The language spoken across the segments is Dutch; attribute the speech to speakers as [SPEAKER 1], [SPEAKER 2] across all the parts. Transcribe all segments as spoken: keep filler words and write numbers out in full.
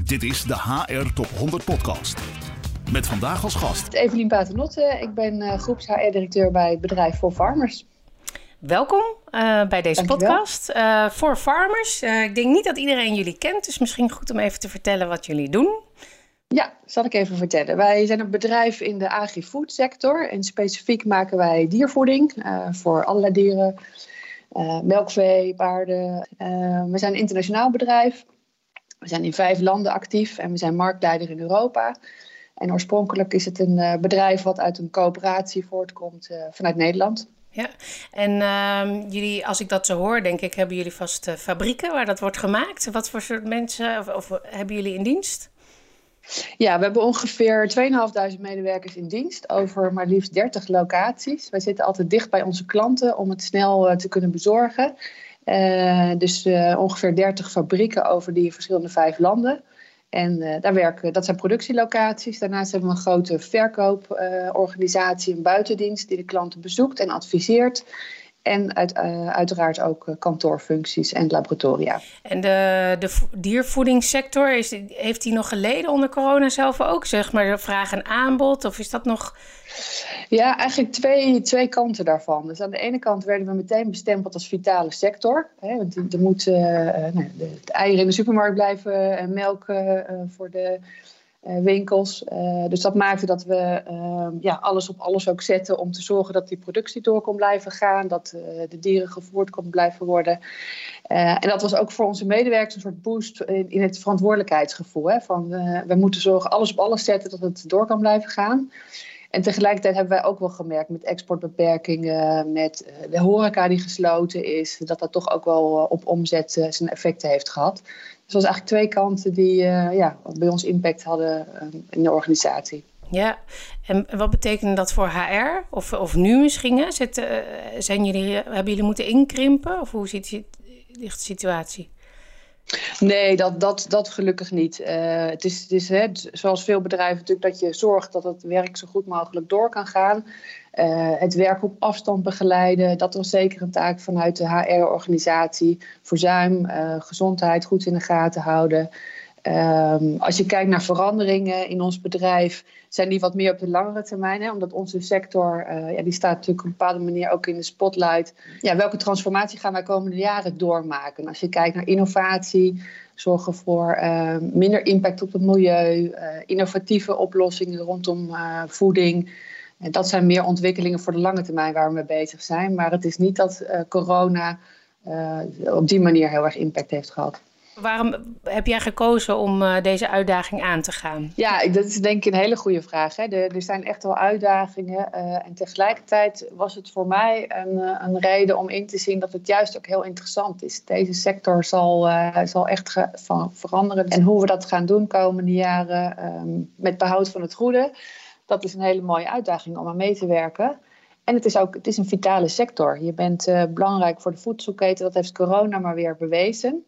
[SPEAKER 1] Dit is de H R Top honderd podcast. Met vandaag als gast
[SPEAKER 2] Evelien Paternotte. Ik ben uh, groeps H R-directeur bij het bedrijf For Farmers.
[SPEAKER 3] Welkom uh, bij deze
[SPEAKER 2] Dankjewel.
[SPEAKER 3] podcast. Uh, For Farmers. Uh, ik denk niet dat iedereen jullie kent, dus misschien goed om even te vertellen wat jullie doen.
[SPEAKER 2] Ja, zal ik even vertellen. Wij zijn een bedrijf in de agri-food sector. En specifiek maken wij diervoeding uh, voor allerlei dieren. Uh, melkvee, paarden. Uh, we zijn een internationaal bedrijf. We zijn in vijf landen actief en we zijn marktleider in Europa. En oorspronkelijk is het een uh, bedrijf wat uit een coöperatie voortkomt uh, vanuit Nederland.
[SPEAKER 3] Ja, en uh, jullie, als ik dat zo hoor, denk ik, hebben jullie vast uh, fabrieken waar dat wordt gemaakt. Wat voor soort mensen of, of hebben jullie in dienst?
[SPEAKER 2] Ja, we hebben ongeveer tweeduizend vijfhonderd medewerkers in dienst over maar liefst dertig locaties. Wij zitten altijd dicht bij onze klanten om het snel uh, te kunnen bezorgen. Uh, dus uh, ongeveer dertig fabrieken over die verschillende vijf landen. En uh, daar werken, dat zijn productielocaties. Daarnaast hebben we een grote verkooporganisatie, uh, een buitendienst die de klanten bezoekt en adviseert. En uit, uh, uiteraard ook uh, kantoorfuncties en laboratoria.
[SPEAKER 3] En de, de diervoedingssector, is, heeft die nog geleden onder corona zelf ook? Zeg maar de vraag en aanbod, of is dat nog...
[SPEAKER 2] Ja, eigenlijk twee, twee kanten daarvan. Dus aan de ene kant werden we meteen bestempeld als vitale sector. Hè, want er moet uh, nou, de, de eieren in de supermarkt blijven en melk uh, voor de uh, winkels. Uh, dus dat maakte dat we uh, ja, alles op alles ook zetten om te zorgen dat die productie door kon blijven gaan. Dat uh, de dieren gevoerd kon blijven worden. Uh, en dat was ook voor onze medewerkers een soort boost in, in het verantwoordelijkheidsgevoel. Hè, van uh, we moeten zorgen alles op alles zetten dat het door kan blijven gaan. En tegelijkertijd hebben wij ook wel gemerkt met exportbeperkingen, met de horeca die gesloten is, dat dat toch ook wel op omzet zijn effecten heeft gehad. Dus dat was eigenlijk twee kanten die uh, ja, bij ons impact hadden uh, in de organisatie.
[SPEAKER 3] Ja, en wat betekent dat voor H R? Of, of nu misschien? Hè? Zit, uh, zijn jullie, hebben jullie moeten inkrimpen? Of hoe ziet de situatie?
[SPEAKER 2] Nee, dat, dat, dat gelukkig niet. Uh, het is, het is hè, zoals veel bedrijven natuurlijk dat je zorgt dat het werk zo goed mogelijk door kan gaan. Uh, het werk op afstand begeleiden, dat was zeker een taak vanuit de H R-organisatie. Verzuim, uh, gezondheid goed in de gaten houden. Um, als je kijkt naar veranderingen in ons bedrijf, zijn die wat meer op de langere termijn. Hè? Omdat onze sector, uh, ja, die staat natuurlijk op een bepaalde manier ook in de spotlight. Ja, welke transformatie gaan wij komende jaren doormaken? Als je kijkt naar innovatie, zorgen voor uh, minder impact op het milieu, uh, innovatieve oplossingen rondom uh, voeding. En dat zijn meer ontwikkelingen voor de lange termijn waar we mee bezig zijn. Maar het is niet dat uh, corona uh, op die manier heel erg impact heeft gehad.
[SPEAKER 3] Waarom heb jij gekozen om uh, deze uitdaging aan te gaan?
[SPEAKER 2] Ja, dat is denk ik een hele goede vraag. Hè. Er, er zijn echt wel uitdagingen. Uh, en tegelijkertijd was het voor mij een, een reden om in te zien dat het juist ook heel interessant is. Deze sector zal, uh, zal echt ge- van veranderen. En hoe we dat gaan doen komende jaren um, met behoud van het goede, dat is een hele mooie uitdaging om aan mee te werken. En het is ook het is een vitale sector. Je bent uh, belangrijk voor de voedselketen. Dat heeft corona maar weer bewezen.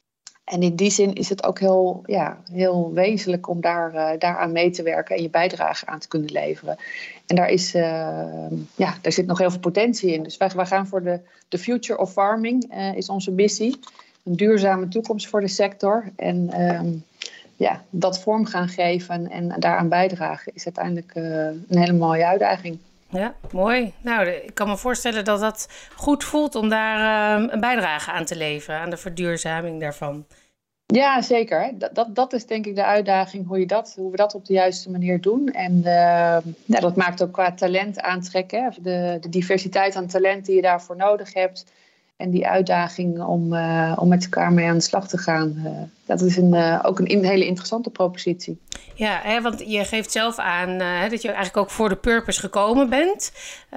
[SPEAKER 2] En in die zin is het ook heel, ja, heel wezenlijk om daar, uh, daaraan mee te werken en je bijdrage aan te kunnen leveren. En daar, is, uh, ja, daar zit nog heel veel potentie in. Dus wij, wij gaan voor de, de future of farming, uh, is onze missie. Een duurzame toekomst voor de sector. En um, ja, dat vorm gaan geven en daaraan bijdragen is uiteindelijk uh, een hele mooie uitdaging.
[SPEAKER 3] Ja, mooi. Nou, ik kan me voorstellen dat dat goed voelt om daar uh, een bijdrage aan te leveren, aan de verduurzaming daarvan.
[SPEAKER 2] Ja, zeker. Dat, dat, dat is denk ik de uitdaging, hoe, je dat, hoe we dat op de juiste manier doen. En uh, ja, dat maakt ook qua talent aantrekken. De, de diversiteit aan talent die je daarvoor nodig hebt. En die uitdaging om, uh, om met elkaar mee aan de slag te gaan. Uh, dat is een, uh, ook een, een hele interessante propositie.
[SPEAKER 3] Ja, hè, want je geeft zelf aan uh, dat je eigenlijk ook voor de purpose gekomen bent.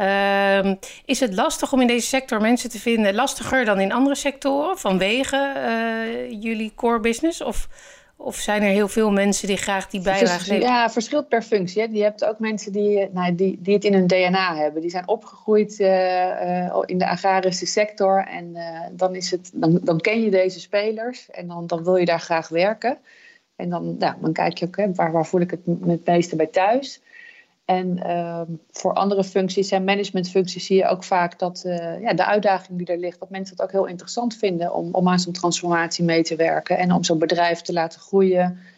[SPEAKER 3] Uh, is het lastig om in deze sector mensen te vinden? Lastiger dan in andere sectoren vanwege uh, jullie core business? Of, of zijn er heel veel mensen die graag die bijdrage leveren?
[SPEAKER 2] Ja, verschilt per functie. Hè. Je hebt ook mensen die, nou, die, die het in hun D N A hebben. Die zijn opgegroeid uh, uh, in de agrarische sector. En uh, dan, is het, dan, dan ken je deze spelers. En dan, dan wil je daar graag werken. En dan, nou, dan kijk je ook, hè, waar, waar voel ik het het meeste bij thuis. En uh, voor andere functies en managementfuncties zie je ook vaak dat uh, ja, de uitdaging die er ligt, dat mensen het ook heel interessant vinden om, om aan zo'n transformatie mee te werken en om zo'n bedrijf te laten groeien.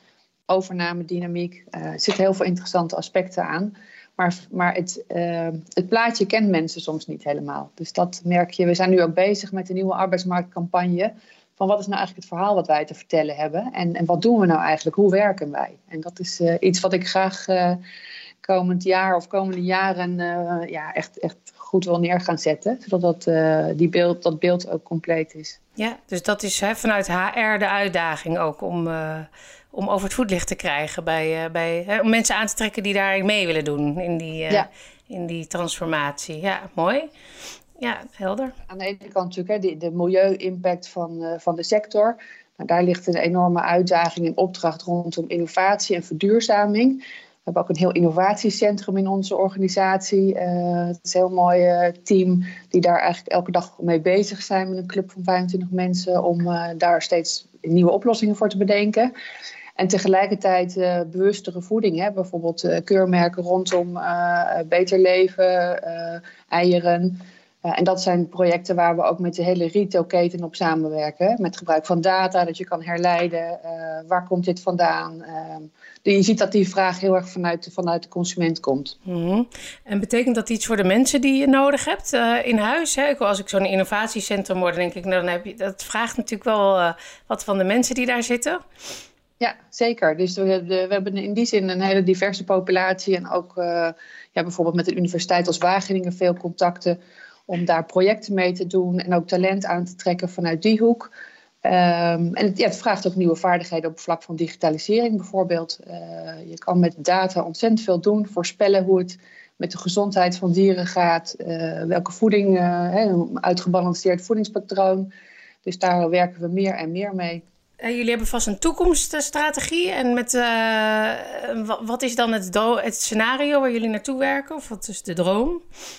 [SPEAKER 2] overnamedynamiek. Uh, er zitten heel veel interessante aspecten aan. Maar, maar het, uh, het plaatje kent mensen soms niet helemaal. Dus dat merk je. We zijn nu ook bezig met een nieuwe arbeidsmarktcampagne. Van wat is nou eigenlijk het verhaal wat wij te vertellen hebben? En, en wat doen we nou eigenlijk? Hoe werken wij? En dat is uh, iets wat ik graag uh, komend jaar of komende jaren uh, ja, echt, echt goed wil neer gaan zetten. Zodat dat, uh, die beeld, dat beeld ook compleet is.
[SPEAKER 3] Ja, dus dat is hè, vanuit H R de uitdaging ook om, uh, om over het voetlicht te krijgen. Bij, uh, bij, hè, om mensen aan te trekken die daar mee willen doen in die, uh, ja. in die transformatie. Ja, mooi. Ja, helder. Aan
[SPEAKER 2] de ene kant natuurlijk hè, de, de milieu-impact van, uh, van de sector. Nou, daar ligt een enorme uitdaging en opdracht rondom innovatie en verduurzaming. We hebben ook een heel innovatiecentrum in onze organisatie. Uh, het is een heel mooi uh, team die daar eigenlijk elke dag mee bezig zijn met een club van vijfentwintig mensen om uh, daar steeds nieuwe oplossingen voor te bedenken. En tegelijkertijd uh, bewustere voeding. Hè? Bijvoorbeeld uh, keurmerken rondom uh, beter leven, uh, eieren. Uh, en dat zijn projecten waar we ook met de hele retailketen op samenwerken. Met gebruik van data, dat je kan herleiden. Uh, waar komt dit vandaan? Uh, je ziet dat die vraag heel erg vanuit de, vanuit de consument komt.
[SPEAKER 3] Mm-hmm. En betekent dat iets voor de mensen die je nodig hebt uh, in huis? Hè? Als ik zo'n innovatiecentrum word, denk ik, nou, dan heb je, dat vraagt natuurlijk wel uh, wat van de mensen die daar zitten.
[SPEAKER 2] Ja, zeker. Dus we, de, we hebben in die zin een hele diverse populatie. En ook uh, ja, bijvoorbeeld met de Universiteit als Wageningen veel contacten om daar projecten mee te doen en ook talent aan te trekken vanuit die hoek. Um, en het, ja, het vraagt ook nieuwe vaardigheden op het vlak van digitalisering bijvoorbeeld. Uh, je kan met data ontzettend veel doen, voorspellen hoe het met de gezondheid van dieren gaat, uh, welke voeding, uh, een uitgebalanceerd voedingspatroon. Dus daar werken we meer en meer mee.
[SPEAKER 3] Uh, jullie hebben vast een toekomststrategie. En met, uh, wat is dan het, do- het scenario waar jullie naartoe werken? Of wat is de droom?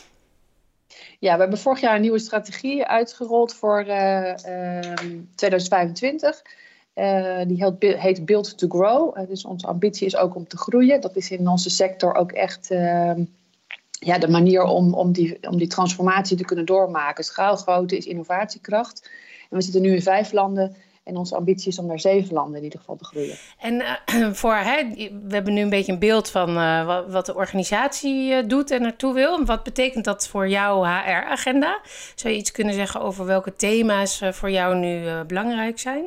[SPEAKER 2] Ja, we hebben vorig jaar een nieuwe strategie uitgerold voor uh, uh, twintig vijfentwintig. Uh, die heet Build to Grow. Uh, dus onze ambitie is ook om te groeien. Dat is in onze sector ook echt uh, ja, de manier om, om, die, om die transformatie te kunnen doormaken. Schaalgrootte is innovatiekracht. En we zitten nu in vijf landen. En onze ambitie is om naar zeven landen in ieder geval te groeien.
[SPEAKER 3] En uh, voor, hè, we hebben nu een beetje een beeld van uh, wat, wat de organisatie uh, doet en naartoe wil. Wat betekent dat voor jouw H R-agenda? Zou je iets kunnen zeggen over welke thema's uh, voor jou nu uh, belangrijk zijn?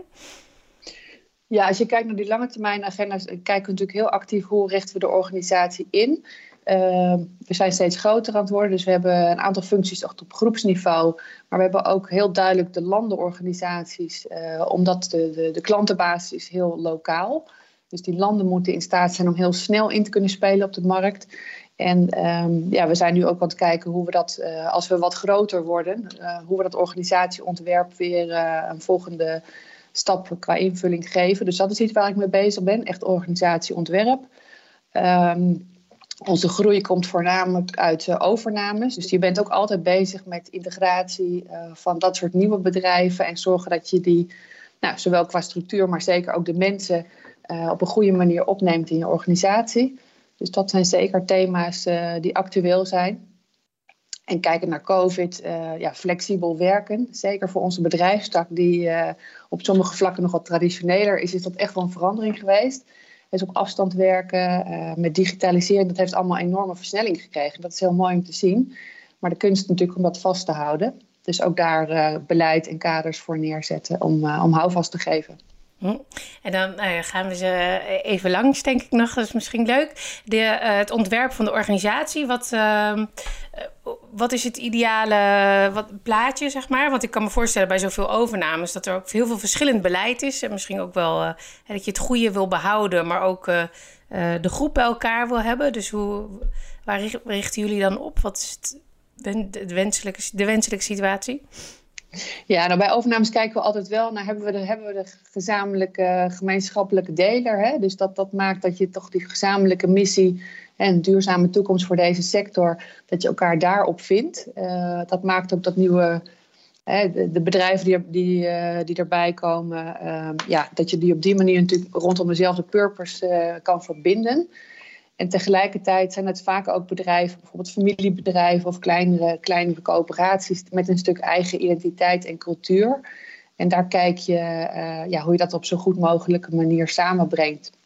[SPEAKER 2] Ja, als je kijkt naar die lange termijn agenda's, kijken we natuurlijk heel actief hoe richten we de organisatie in. Uh, we zijn steeds groter aan het worden, dus we hebben een aantal functies echt op groepsniveau. Maar we hebben ook heel duidelijk de landenorganisaties, uh, omdat de, de, de klantenbasis is heel lokaal. Dus die landen moeten in staat zijn om heel snel in te kunnen spelen op de markt. En um, ja, we zijn nu ook aan het kijken hoe we dat, uh, als we wat groter worden, uh, hoe we dat organisatieontwerp weer uh, een volgende stap qua invulling geven. Dus dat is iets waar ik mee bezig ben, echt organisatieontwerp. Um, Onze groei komt voornamelijk uit uh, overnames. Dus je bent ook altijd bezig met integratie uh, van dat soort nieuwe bedrijven. En zorgen dat je die, nou, zowel qua structuur, maar zeker ook de mensen uh, op een goede manier opneemt in je organisatie. Dus dat zijn zeker thema's uh, die actueel zijn. En kijken naar COVID, uh, ja, flexibel werken. Zeker voor onze bedrijfstak die uh, op sommige vlakken nog wat traditioneler is, is dat echt wel een verandering geweest. Dus op afstand werken, uh, met digitalisering, dat heeft allemaal enorme versnelling gekregen. Dat is heel mooi om te zien. Maar de kunst natuurlijk om dat vast te houden. Dus ook daar uh, beleid en kaders voor neerzetten om, uh, om houvast te geven.
[SPEAKER 3] Hm. En dan uh, gaan we ze even langs, denk ik nog. Dat is misschien leuk. De, uh, het ontwerp van de organisatie. Wat, uh, uh, wat is het ideale wat, plaatje, zeg maar? Want ik kan me voorstellen bij zoveel overnames dat er ook heel veel verschillend beleid is. En misschien ook wel uh, dat je het goede wil behouden, maar ook uh, uh, de groep bij elkaar wil hebben. Dus hoe, waar richten jullie dan op? Wat is het, de, wenselijke, de wenselijke situatie?
[SPEAKER 2] Ja, nou bij overnames kijken we altijd wel naar hebben we de, hebben we de gezamenlijke gemeenschappelijke deler. Hè? Dus dat, dat maakt dat je toch die gezamenlijke missie en een duurzame toekomst voor deze sector, dat je elkaar daarop vindt. Uh, dat maakt ook dat nieuwe, hè, de, de bedrijven die, die, uh, die erbij komen, uh, ja, dat je die op die manier natuurlijk rondom dezelfde purpose uh, kan verbinden. En tegelijkertijd zijn het vaak ook bedrijven, bijvoorbeeld familiebedrijven of kleinere, kleinere coöperaties met een stuk eigen identiteit en cultuur. En daar kijk je uh, ja, hoe je dat op zo goed mogelijke manier samenbrengt.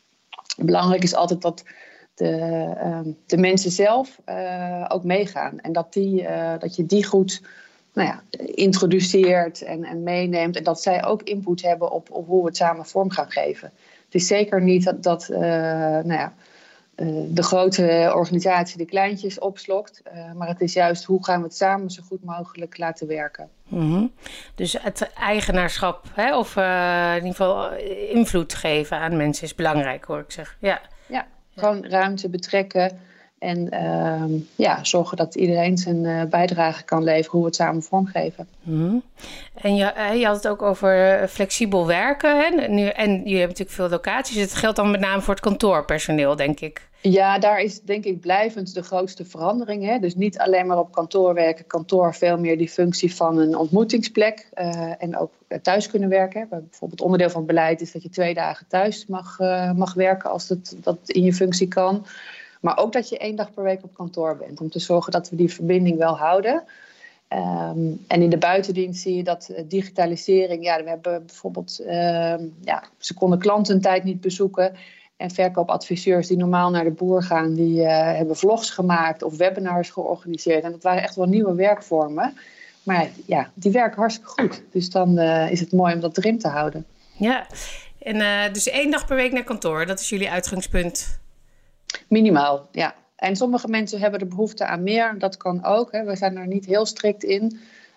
[SPEAKER 2] Belangrijk is altijd dat de, uh, de mensen zelf uh, ook meegaan. En dat, die, uh, dat je die goed nou ja, introduceert en, en meeneemt. En dat zij ook input hebben op, op hoe we het samen vorm gaan geven. Het is zeker niet dat, dat uh, nou ja, uh, de grote organisatie de kleintjes opslokt. Uh, maar het is juist hoe gaan we het samen zo goed mogelijk laten werken.
[SPEAKER 3] Mm-hmm. Dus het eigenaarschap, hè, of uh, in ieder geval invloed geven aan mensen is belangrijk, hoor ik zeggen. Ja,
[SPEAKER 2] ja gewoon ruimte betrekken. En uh, ja, zorgen dat iedereen zijn uh, bijdrage kan leveren hoe we het samen vormgeven.
[SPEAKER 3] Mm-hmm. En je, je had het ook over flexibel werken. Hè? Nu, en je hebt natuurlijk veel locaties. Het geldt dan met name voor het kantoorpersoneel, denk ik.
[SPEAKER 2] Ja, daar is denk ik blijvend de grootste verandering. Hè? Dus niet alleen maar op kantoor werken. Kantoor veel meer die functie van een ontmoetingsplek. Uh, en ook thuis kunnen werken. Bijvoorbeeld onderdeel van het beleid is dat je twee dagen thuis mag, uh, mag werken als het, dat in je functie kan. Maar ook dat je één dag per week op kantoor bent. Om te zorgen dat we die verbinding wel houden. Um, en in de buitendienst zie je dat uh, digitalisering... Ja, we hebben bijvoorbeeld... Uh, ja, ze konden klanten een tijd niet bezoeken. En verkoopadviseurs die normaal naar de boer gaan... die uh, hebben vlogs gemaakt of webinars georganiseerd. En dat waren echt wel nieuwe werkvormen. Maar ja, die werken hartstikke goed. Dus dan uh, is het mooi om dat erin te houden.
[SPEAKER 3] Ja, en uh, dus één dag per week naar kantoor. Dat is jullie uitgangspunt.
[SPEAKER 2] Minimaal, ja. En sommige mensen hebben de behoefte aan meer. Dat kan ook. Hè. We zijn er niet heel strikt in.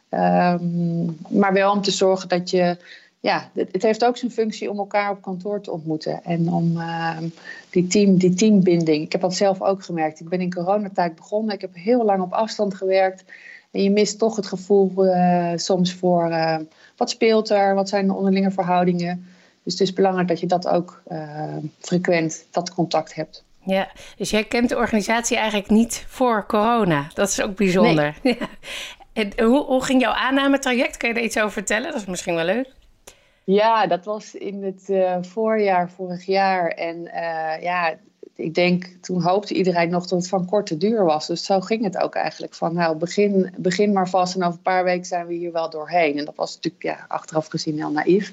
[SPEAKER 2] Um, maar wel om te zorgen dat je... Ja, het heeft ook zijn functie om elkaar op kantoor te ontmoeten. En om uh, die, team, die teambinding. Ik heb dat zelf ook gemerkt. Ik ben in coronatijd begonnen. Ik heb heel lang op afstand gewerkt. En je mist toch het gevoel uh, soms voor... Uh, wat speelt er? Wat zijn de onderlinge verhoudingen? Dus het is belangrijk dat je dat ook uh, frequent, dat contact hebt.
[SPEAKER 3] Ja, dus jij kent de organisatie eigenlijk niet voor corona. Dat is ook bijzonder. Nee. Ja. En hoe, hoe ging jouw aannametraject? Kun je daar iets over vertellen? Dat is misschien wel leuk.
[SPEAKER 2] Ja, dat was in het uh, voorjaar vorig jaar. En uh, ja, ik denk, toen hoopte iedereen nog dat het van korte duur was. Dus zo ging het ook eigenlijk. Van nou, begin, begin maar vast en over een paar weken zijn we hier wel doorheen. En dat was natuurlijk ja, achteraf gezien heel naïef.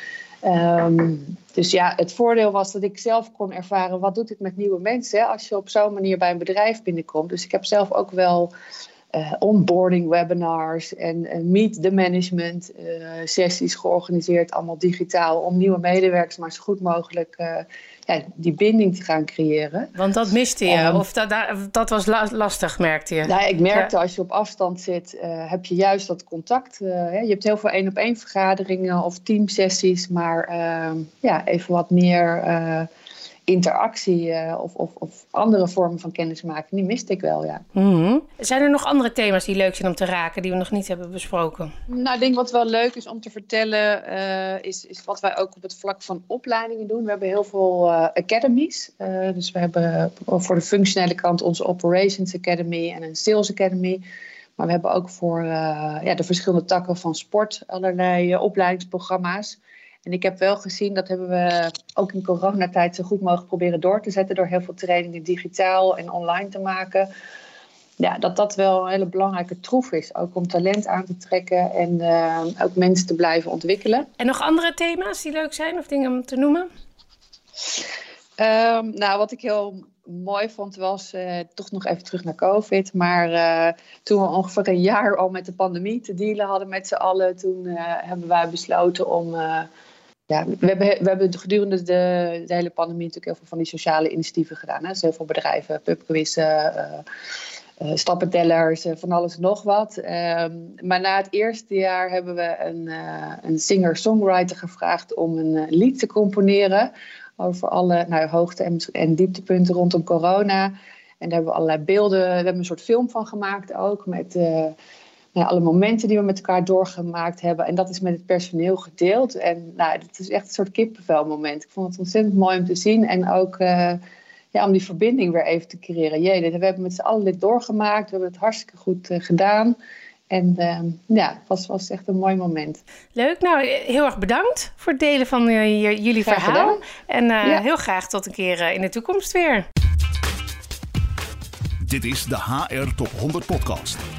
[SPEAKER 2] Um, dus ja, het voordeel was dat ik zelf kon ervaren... wat doet het met nieuwe mensen hè, als je op zo'n manier bij een bedrijf binnenkomt. Dus ik heb zelf ook wel uh, onboarding webinars en uh, meet the management uh, sessies georganiseerd. Allemaal digitaal om nieuwe medewerkers maar zo goed mogelijk uh, ja, die binding te gaan creëren.
[SPEAKER 3] Want dat miste je, um, of dat, dat was lastig, merkte je?
[SPEAKER 2] Nou, ik merkte ja. Als je op afstand zit, uh, heb je juist dat contact. Uh, hè? Je hebt heel veel één-op-één vergaderingen of teamsessies, maar uh, ja, even wat meer uh, interactie uh, of, of, of andere vormen van kennismaking, die miste ik wel, ja.
[SPEAKER 3] Mm-hmm. Zijn er nog andere thema's die leuk zijn om te raken, die we nog niet hebben besproken?
[SPEAKER 2] Nou, ik denk wat wel leuk is om te vertellen, uh, is, is wat wij ook op het vlak van opleidingen doen. We hebben heel veel uh, academies. Uh, dus we hebben voor de functionele kant onze Operations Academy en een Sales Academy. Maar we hebben ook voor uh, ja, de verschillende takken van sport allerlei uh, opleidingsprogramma's. En ik heb wel gezien, dat hebben we ook in coronatijd zo goed mogelijk proberen door te zetten... door heel veel trainingen digitaal en online te maken. Ja, dat dat wel een hele belangrijke troef is. Ook om talent aan te trekken en uh, ook mensen te blijven ontwikkelen.
[SPEAKER 3] En nog andere thema's die leuk zijn of dingen om te noemen?
[SPEAKER 2] Um, nou, wat ik heel mooi vond was, uh, toch nog even terug naar COVID. Maar uh, toen we ongeveer een jaar al met de pandemie te dealen hadden met z'n allen... toen uh, hebben wij besloten om... Uh, Ja, we hebben, we hebben gedurende de, de hele pandemie natuurlijk heel veel van die sociale initiatieven gedaan. Hè? Dus heel veel bedrijven, pubquizzen, uh, uh, stappentellers, uh, van alles en nog wat. Um, maar na het eerste jaar hebben we een, uh, een singer-songwriter gevraagd om een uh, lied te componeren over alle nou, hoogte- en, en dieptepunten rondom corona. En daar hebben we allerlei beelden, we hebben een soort film van gemaakt ook met... Uh, Ja, alle momenten die we met elkaar doorgemaakt hebben. En dat is met het personeel gedeeld. En nou, het is echt een soort kippenvelmoment. Ik vond het ontzettend mooi om te zien. En ook uh, ja, om die verbinding weer even te creëren. Jee, we hebben met z'n allen dit doorgemaakt. We hebben het hartstikke goed uh, gedaan. En uh, ja, het was, was echt een mooi moment.
[SPEAKER 3] Leuk. Nou, heel erg bedankt voor het delen van uh, jullie graag verhaal. Gedaan. En uh, ja. heel graag tot een keer uh, in de toekomst weer.
[SPEAKER 1] Dit is de H R Top honderd podcast.